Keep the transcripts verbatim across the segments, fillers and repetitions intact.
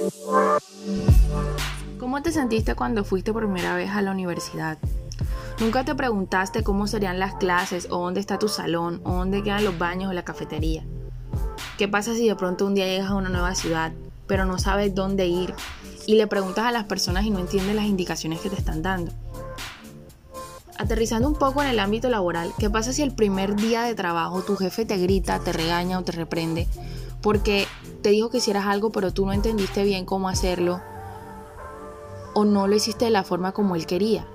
¿Cómo te sentiste cuando fuiste por primera vez a la universidad? ¿Nunca te preguntaste cómo serían las clases, o dónde está tu salón, o dónde quedan los baños o la cafetería? ¿Qué pasa si de pronto un día llegas a una nueva ciudad, pero no sabes dónde ir, y le preguntas a las personas y no entiendes las indicaciones que te están dando? Aterrizando un poco en el ámbito laboral, ¿qué pasa si el primer día de trabajo tu jefe te grita, te regaña o te reprende porque te dijo que hicieras algo pero tú no entendiste bien cómo hacerlo o no lo hiciste de la forma como él quería?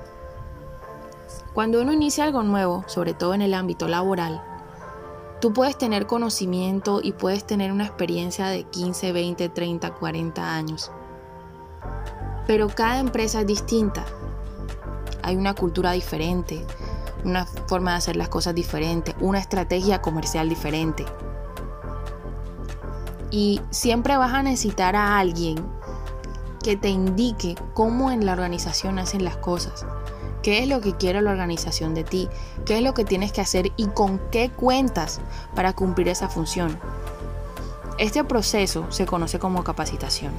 Cuando uno inicia algo nuevo, sobre todo en el ámbito laboral, tú puedes tener conocimiento y puedes tener una experiencia de quince, veinte, treinta, cuarenta años. Pero cada empresa es distinta. Hay una cultura diferente, una forma de hacer las cosas diferente, una estrategia comercial diferente. Y siempre vas a necesitar a alguien que te indique cómo en la organización hacen las cosas, qué es lo que quiere la organización de ti, qué es lo que tienes que hacer y con qué cuentas para cumplir esa función. Este proceso se conoce como capacitación.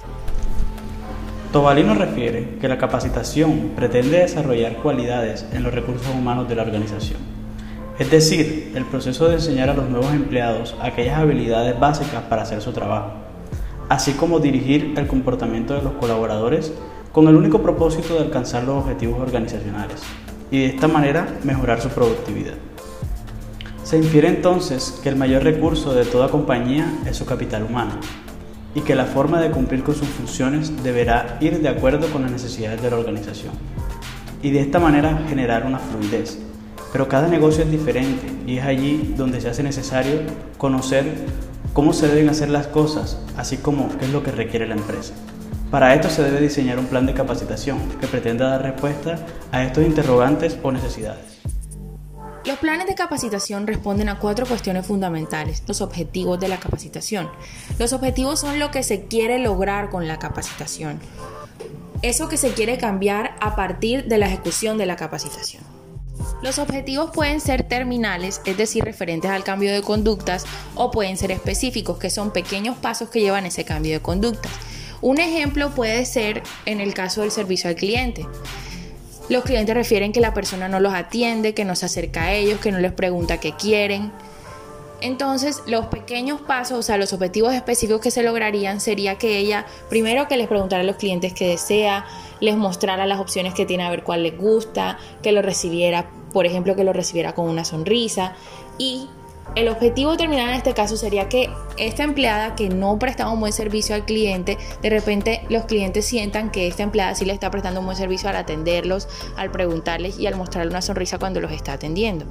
Tobalino refiere que la capacitación pretende desarrollar cualidades en los recursos humanos de la organización, es decir, el proceso de enseñar a los nuevos empleados aquellas habilidades básicas para hacer su trabajo, así como dirigir el comportamiento de los colaboradores con el único propósito de alcanzar los objetivos organizacionales y de esta manera mejorar su productividad. Se infiere entonces que el mayor recurso de toda compañía es su capital humano, y que la forma de cumplir con sus funciones deberá ir de acuerdo con las necesidades de la organización y de esta manera generar una fluidez. Pero cada negocio es diferente y es allí donde se hace necesario conocer cómo se deben hacer las cosas, así como qué es lo que requiere la empresa. Para esto se debe diseñar un plan de capacitación que pretenda dar respuesta a estos interrogantes o necesidades. Los planes de capacitación responden a cuatro cuestiones fundamentales: los objetivos de la capacitación. Los objetivos son lo que se quiere lograr con la capacitación, eso que se quiere cambiar a partir de la ejecución de la capacitación. Los objetivos pueden ser terminales, es decir, referentes al cambio de conductas, o pueden ser específicos, que son pequeños pasos que llevan ese cambio de conductas. Un ejemplo puede ser en el caso del servicio al cliente. Los clientes refieren que la persona no los atiende, que no se acerca a ellos, que no les pregunta qué quieren. Entonces, los pequeños pasos, o sea, los objetivos específicos que se lograrían sería que ella, primero, que les preguntara a los clientes qué desea, les mostrara las opciones que tiene a ver cuál les gusta, que lo recibiera, por ejemplo, que lo recibiera con una sonrisa. Y el objetivo terminal en este caso sería que esta empleada que no prestaba un buen servicio al cliente, de repente los clientes sientan que esta empleada sí le está prestando un buen servicio al atenderlos, al preguntarles y al mostrarle una sonrisa cuando los está atendiendo.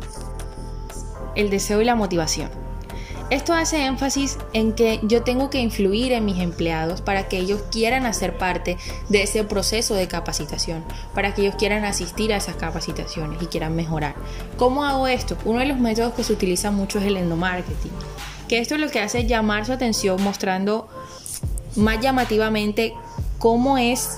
El deseo y la motivación. Esto hace énfasis en que yo tengo que influir en mis empleados para que ellos quieran hacer parte de ese proceso de capacitación, para que ellos quieran asistir a esas capacitaciones y quieran mejorar. ¿Cómo hago esto? Uno de los métodos que se utiliza mucho es el endomarketing, que esto es lo que hace llamar su atención mostrando más llamativamente cómo es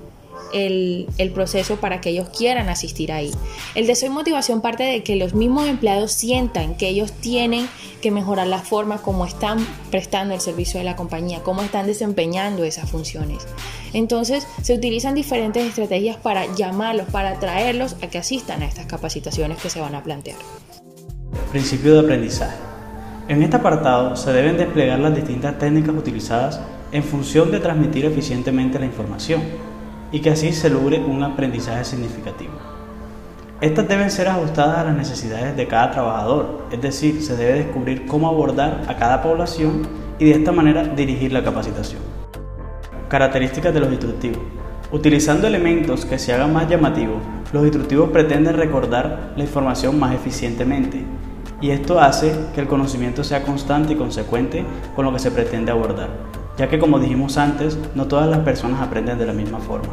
El, el proceso para que ellos quieran asistir ahí. El deseo y motivación parte de que los mismos empleados sientan que ellos tienen que mejorar la forma como están prestando el servicio de la compañía, cómo están desempeñando esas funciones. Entonces se utilizan diferentes estrategias para llamarlos, para atraerlos a que asistan a estas capacitaciones que se van a plantear. Principio de aprendizaje. En este apartado se deben desplegar las distintas técnicas utilizadas en función de transmitir eficientemente la información y que así se logre un aprendizaje significativo. Estas deben ser ajustadas a las necesidades de cada trabajador, es decir, se debe descubrir cómo abordar a cada población y de esta manera dirigir la capacitación. Características de los instructivos. Utilizando elementos que se hagan más llamativos, los instructivos pretenden recordar la información más eficientemente, y esto hace que el conocimiento sea constante y consecuente con lo que se pretende abordar, ya que, como dijimos antes, no todas las personas aprenden de la misma forma.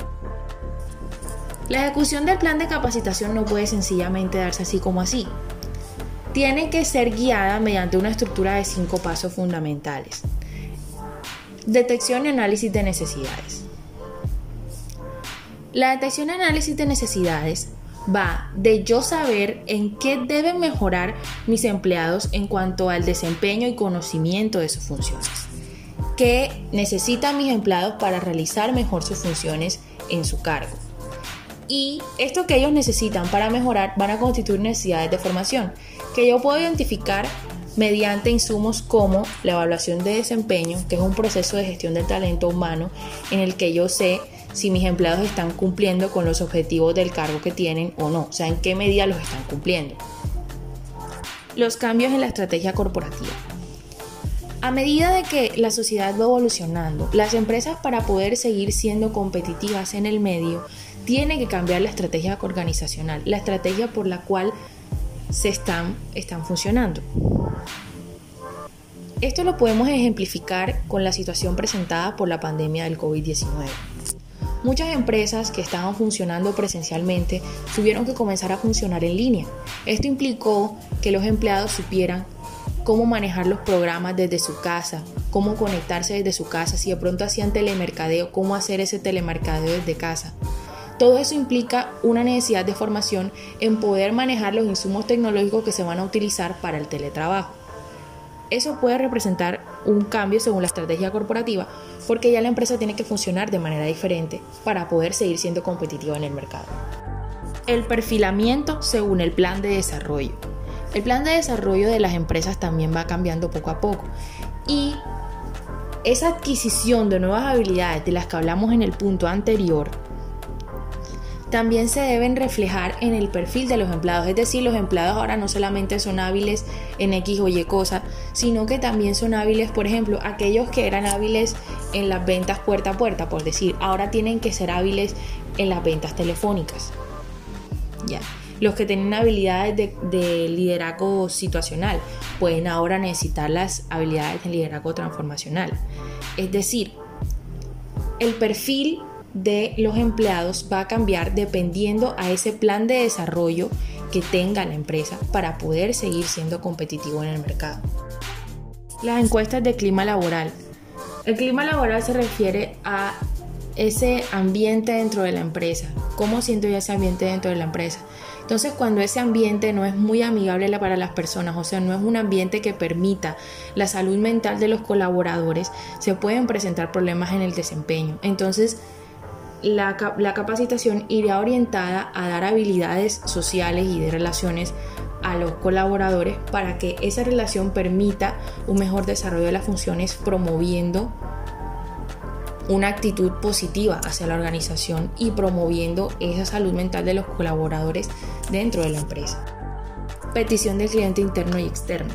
La ejecución del plan de capacitación no puede sencillamente darse así como así. Tiene que ser guiada mediante una estructura de cinco pasos fundamentales. Detección y análisis de necesidades. La detección y análisis de necesidades va de yo saber en qué deben mejorar mis empleados en cuanto al desempeño y conocimiento de sus funciones. qué necesitan mis empleados para realizar mejor sus funciones en su cargo. Y esto que ellos necesitan para mejorar van a constituir necesidades de formación, que yo puedo identificar mediante insumos como la evaluación de desempeño, que es un proceso de gestión del talento humano en el que yo sé si mis empleados están cumpliendo con los objetivos del cargo que tienen o no, o sea, en qué medida los están cumpliendo. Los cambios en la estrategia corporativa. A medida de que la sociedad va evolucionando, las empresas, para poder seguir siendo competitivas en el medio, tienen que cambiar la estrategia organizacional, la estrategia por la cual se están, están funcionando. Esto lo podemos ejemplificar con la situación presentada por la pandemia del covid diecinueve. Muchas empresas que estaban funcionando presencialmente tuvieron que comenzar a funcionar en línea. Esto implicó que los empleados supieran cómo manejar los programas desde su casa, cómo conectarse desde su casa, si de pronto hacían telemercadeo, cómo hacer ese telemercadeo desde casa. Todo eso implica una necesidad de formación en poder manejar los insumos tecnológicos que se van a utilizar para el teletrabajo. Eso puede representar un cambio según la estrategia corporativa, porque ya la empresa tiene que funcionar de manera diferente para poder seguir siendo competitiva en el mercado. El perfilamiento según el plan de desarrollo. El plan de desarrollo de las empresas también va cambiando poco a poco, y esa adquisición de nuevas habilidades de las que hablamos en el punto anterior también se deben reflejar en el perfil de los empleados. Es decir, los empleados ahora no solamente son hábiles en X o Y cosa, sino que también son hábiles, por ejemplo, aquellos que eran hábiles en las ventas puerta a puerta, por decir, ahora tienen que ser hábiles en las ventas telefónicas. Ya. Los que tienen habilidades de, de liderazgo situacional pueden ahora necesitar las habilidades de liderazgo transformacional. Es decir, el perfil de los empleados va a cambiar dependiendo a ese plan de desarrollo que tenga la empresa para poder seguir siendo competitivo en el mercado. Las encuestas de clima laboral. El clima laboral se refiere a ese ambiente dentro de la empresa. ¿Cómo siento yo ese ambiente dentro de la empresa? Entonces, cuando ese ambiente no es muy amigable para las personas, o sea, no es un ambiente que permita la salud mental de los colaboradores, se pueden presentar problemas en el desempeño. Entonces, La, la capacitación irá orientada a dar habilidades sociales y de relaciones a los colaboradores para que esa relación permita un mejor desarrollo de las funciones, promoviendo una actitud positiva hacia la organización y promoviendo esa salud mental de los colaboradores dentro de la empresa. Petición del cliente interno y externo.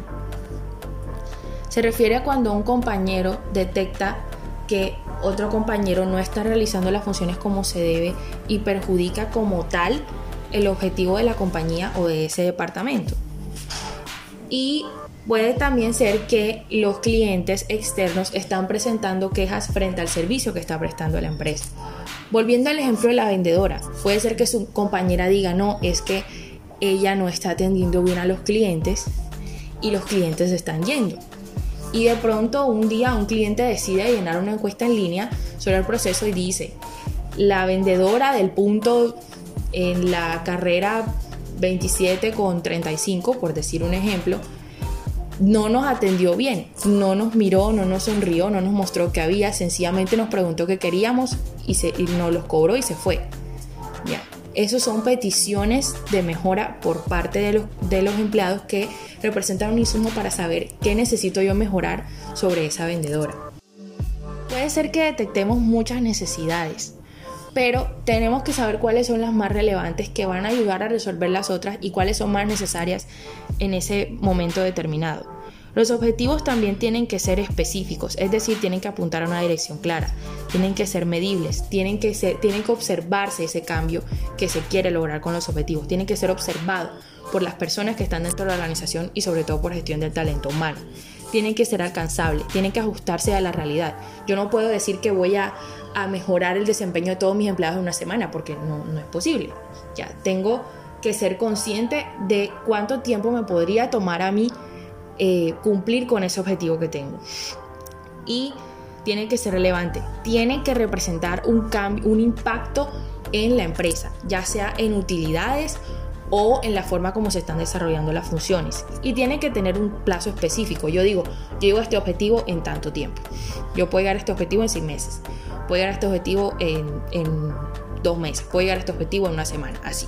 Se refiere a cuando un compañero detecta que otro compañero no está realizando las funciones como se debe y perjudica como tal el objetivo de la compañía o de ese departamento. Y puede también ser que los clientes externos están presentando quejas frente al servicio que está prestando la empresa. Volviendo al ejemplo de la vendedora, puede ser que su compañera diga, no, es que ella no está atendiendo bien a los clientes y los clientes se están yendo. Y de pronto un día un cliente decide llenar una encuesta en línea sobre el proceso y dice, la vendedora del punto en la carrera veintisiete con treinta y cinco, por decir un ejemplo, no nos atendió bien, no nos miró, no nos sonrió, no nos mostró qué había, sencillamente nos preguntó qué queríamos y, se, y nos los cobró y se fue. Ya. Esas son peticiones de mejora por parte de los, de los empleados que representan un insumo para saber qué necesito yo mejorar sobre esa vendedora. Puede ser que detectemos muchas necesidades, pero tenemos que saber cuáles son las más relevantes que van a ayudar a resolver las otras y cuáles son más necesarias en ese momento determinado. Los objetivos también tienen que ser específicos, es decir, tienen que apuntar a una dirección clara, tienen que ser medibles, tienen que, ser, tienen que observarse ese cambio que se quiere lograr con los objetivos, tienen que ser observados por las personas que están dentro de la organización y sobre todo por gestión del talento humano. Tienen que ser alcanzables, tienen que ajustarse a la realidad. Yo no puedo decir que voy a, a mejorar el desempeño de todos mis empleados en una semana porque no, no es posible. Ya tengo que ser consciente de cuánto tiempo me podría tomar a mí Eh, cumplir con ese objetivo que tengo, y tiene que ser relevante, tiene que representar un cambio, un impacto en la empresa, ya sea en utilidades o en la forma como se están desarrollando las funciones. Y tiene que tener un plazo específico. Yo digo, yo llego a este objetivo en tanto tiempo. Yo puedo llegar a este objetivo en seis meses. Puedo llegar a este objetivo en, en dos meses. Puedo llegar a este objetivo en una semana. Así.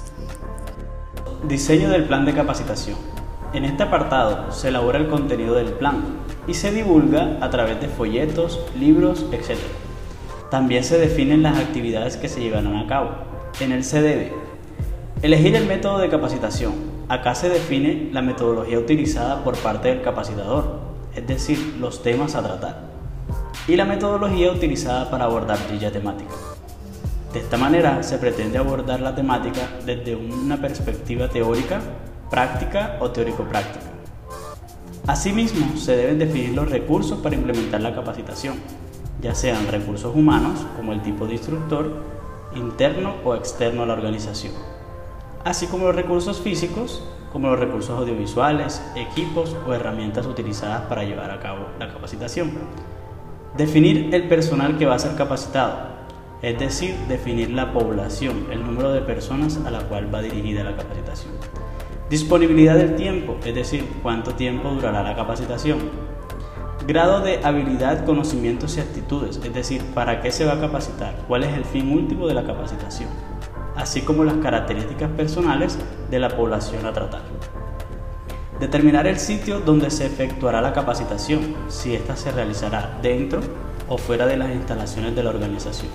Diseño del plan de capacitación. En este apartado se elabora el contenido del plan y se divulga a través de folletos, libros, etcétera. También se definen las actividades que se llevarán a cabo. En él se debe elegir el método de capacitación. Acá se define la metodología utilizada por parte del capacitador, es decir, los temas a tratar, y la metodología utilizada para abordar dicha temática. De esta manera se pretende abordar la temática desde una perspectiva teórica, práctica o teórico-práctica. Asimismo, se deben definir los recursos para implementar la capacitación, ya sean recursos humanos, como el tipo de instructor, interno o externo a la organización, así como los recursos físicos, como los recursos audiovisuales, equipos o herramientas utilizadas para llevar a cabo la capacitación. Definir el personal que va a ser capacitado, es decir, definir la población, el número de personas a la cual va dirigida la capacitación. Disponibilidad del tiempo, es decir, cuánto tiempo durará la capacitación. Grado de habilidad, conocimientos y actitudes, es decir, para qué se va a capacitar, cuál es el fin último de la capacitación, así como las características personales de la población a tratar. Determinar el sitio donde se efectuará la capacitación, si ésta se realizará dentro o fuera de las instalaciones de la organización.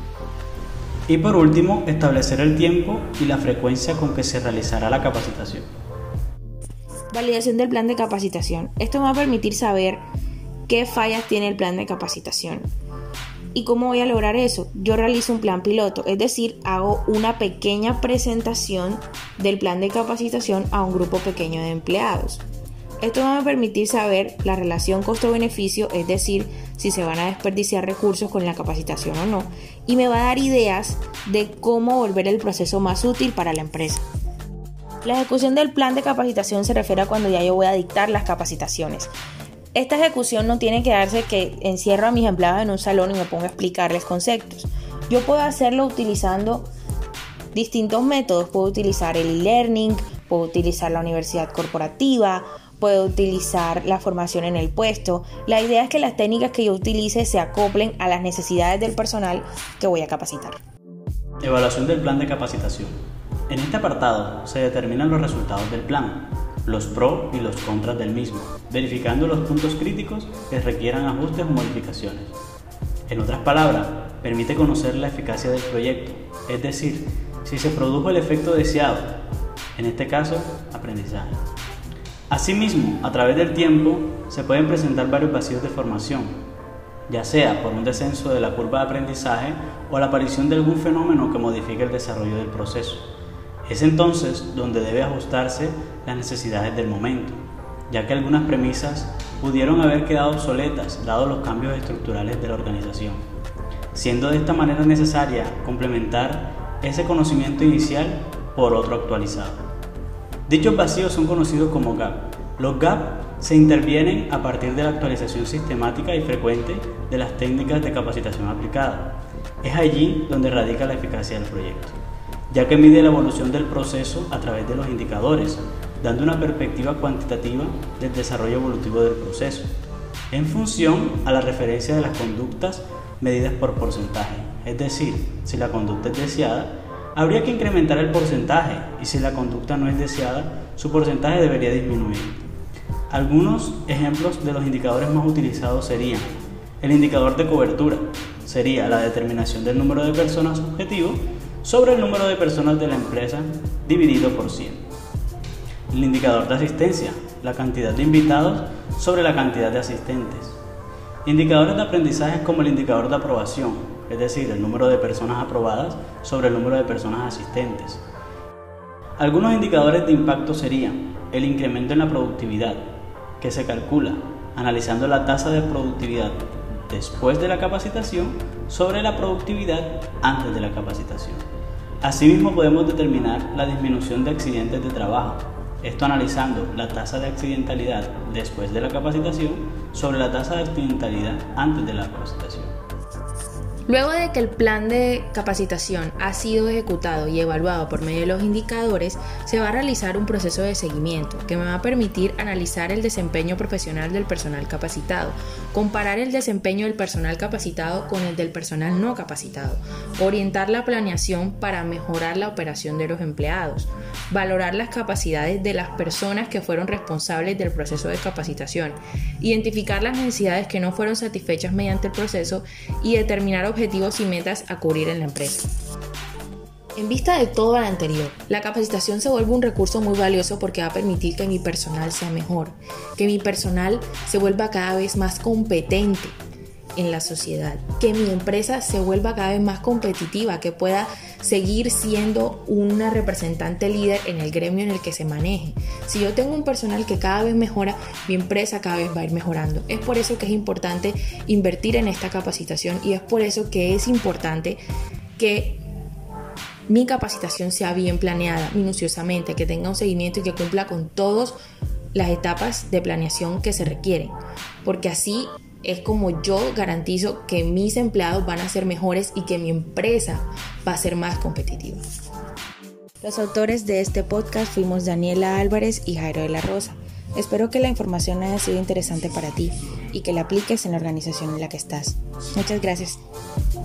Y por último, establecer el tiempo y la frecuencia con que se realizará la capacitación. Validación del plan de capacitación. Esto me va a permitir saber qué fallas tiene el plan de capacitación. ¿Y cómo voy a lograr eso? Yo realizo un plan piloto, es decir, hago una pequeña presentación del plan de capacitación a un grupo pequeño de empleados. Esto me va a permitir saber la relación costo-beneficio, es decir, si se van a desperdiciar recursos con la capacitación o no, y me va a dar ideas de cómo volver el proceso más útil para la empresa. La ejecución del plan de capacitación se refiere a cuando ya yo voy a dictar las capacitaciones. Esta ejecución no tiene que darse que encierro a mis empleados en un salón y me pongo a explicarles conceptos. Yo puedo hacerlo utilizando distintos métodos. Puedo utilizar el e-learning, puedo utilizar la universidad corporativa, puedo utilizar la formación en el puesto. La idea es que las técnicas que yo utilice se acoplen a las necesidades del personal que voy a capacitar. Evaluación del plan de capacitación. En este apartado se determinan los resultados del plan, los pros y los contras del mismo, verificando los puntos críticos que requieran ajustes o modificaciones. En otras palabras, permite conocer la eficacia del proyecto, es decir, si se produjo el efecto deseado, en este caso, aprendizaje. Asimismo, a través del tiempo, se pueden presentar varios vacíos de formación, ya sea por un descenso de la curva de aprendizaje o la aparición de algún fenómeno que modifique el desarrollo del proceso. Es entonces donde debe ajustarse las necesidades del momento, ya que algunas premisas pudieron haber quedado obsoletas dados los cambios estructurales de la organización, siendo de esta manera necesaria complementar ese conocimiento inicial por otro actualizado. Dichos vacíos son conocidos como gap. Los gap se intervienen a partir de la actualización sistemática y frecuente de las técnicas de capacitación aplicada. Es allí donde radica la eficacia del proyecto, ya que mide la evolución del proceso a través de los indicadores, dando una perspectiva cuantitativa del desarrollo evolutivo del proceso, en función a la referencia de las conductas medidas por porcentaje. Es decir, si la conducta es deseada, habría que incrementar el porcentaje, y si la conducta no es deseada, su porcentaje debería disminuir. Algunos ejemplos de los indicadores más utilizados serían: el indicador de cobertura, sería la determinación del número de personas objetivo sobre el número de personas de la empresa dividido por cien. El indicador de asistencia, la cantidad de invitados sobre la cantidad de asistentes. Indicadores de aprendizaje como el indicador de aprobación, es decir, el número de personas aprobadas sobre el número de personas asistentes. Algunos indicadores de impacto serían el incremento en la productividad, que se calcula analizando la tasa de productividad después de la capacitación sobre la productividad antes de la capacitación. Asimismo, podemos determinar la disminución de accidentes de trabajo, esto analizando la tasa de accidentalidad después de la capacitación sobre la tasa de accidentalidad antes de la capacitación. Luego de que el plan de capacitación ha sido ejecutado y evaluado por medio de los indicadores, se va a realizar un proceso de seguimiento que me va a permitir analizar el desempeño profesional del personal capacitado, comparar el desempeño del personal capacitado con el del personal no capacitado, orientar la planeación para mejorar la operación de los empleados, valorar las capacidades de las personas que fueron responsables del proceso de capacitación, identificar las necesidades que no fueron satisfechas mediante el proceso y determinar objetivos y metas a cubrir en la empresa. En vista de todo lo anterior, la capacitación se vuelve un recurso muy valioso porque va a permitir que mi personal sea mejor, que mi personal se vuelva cada vez más competente en la sociedad, que mi empresa se vuelva cada vez más competitiva, que pueda seguir siendo una representante líder en el gremio en el que se maneje. Si yo tengo un personal que cada vez mejora, mi empresa cada vez va a ir mejorando. Es por eso que es importante invertir en esta capacitación y es por eso que es importante que mi capacitación sea bien planeada, minuciosamente, que tenga un seguimiento y que cumpla con todas las etapas de planeación que se requieren, porque así es como yo garantizo que mis empleados van a ser mejores y que mi empresa va a ser más competitiva. Los autores de este podcast fuimos Daniela Álvarez y Jairo de la Rosa. Espero que la información haya sido interesante para ti y que la apliques en la organización en la que estás. Muchas gracias.